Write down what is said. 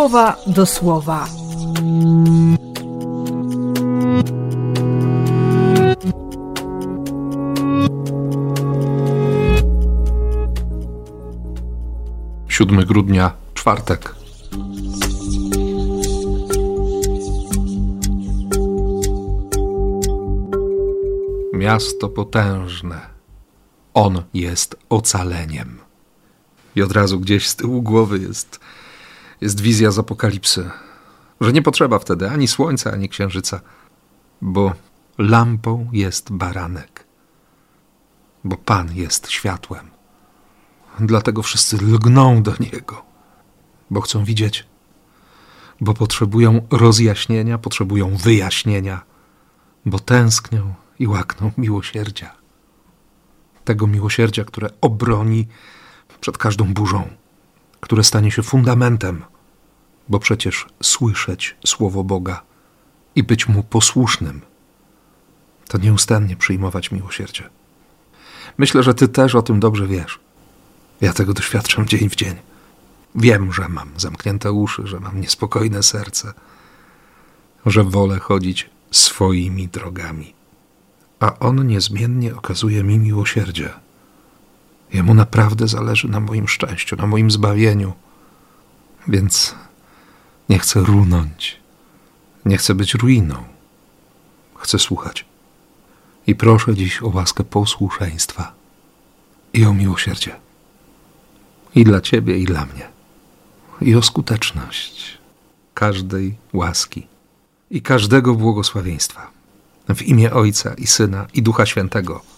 słowa do słowa. Siódmy grudnia, czwartek. Miasto potężne. On jest ocaleniem. I od razu gdzieś z tyłu głowy jest wizja z Apokalipsy, że nie potrzeba wtedy ani słońca, ani księżyca, bo lampą jest baranek, bo Pan jest światłem. Dlatego wszyscy lgną do Niego, bo chcą widzieć, bo potrzebują rozjaśnienia, potrzebują wyjaśnienia, bo tęsknią i łakną miłosierdzia. Tego miłosierdzia, które obroni przed każdą burzą, które stanie się fundamentem, bo przecież słyszeć Słowo Boga i być Mu posłusznym, to nieustannie przyjmować miłosierdzie. Myślę, że Ty też o tym dobrze wiesz. Ja tego doświadczam dzień w dzień. Wiem, że mam zamknięte uszy, że mam niespokojne serce, że wolę chodzić swoimi drogami. A On niezmiennie okazuje mi miłosierdzie. Jemu naprawdę zależy na moim szczęściu, na moim zbawieniu. Więc nie chcę runąć. Nie chcę być ruiną. Chcę słuchać. I proszę dziś o łaskę posłuszeństwa i o miłosierdzie. I dla Ciebie, i dla mnie. I o skuteczność każdej łaski i każdego błogosławieństwa. W imię Ojca i Syna i Ducha Świętego.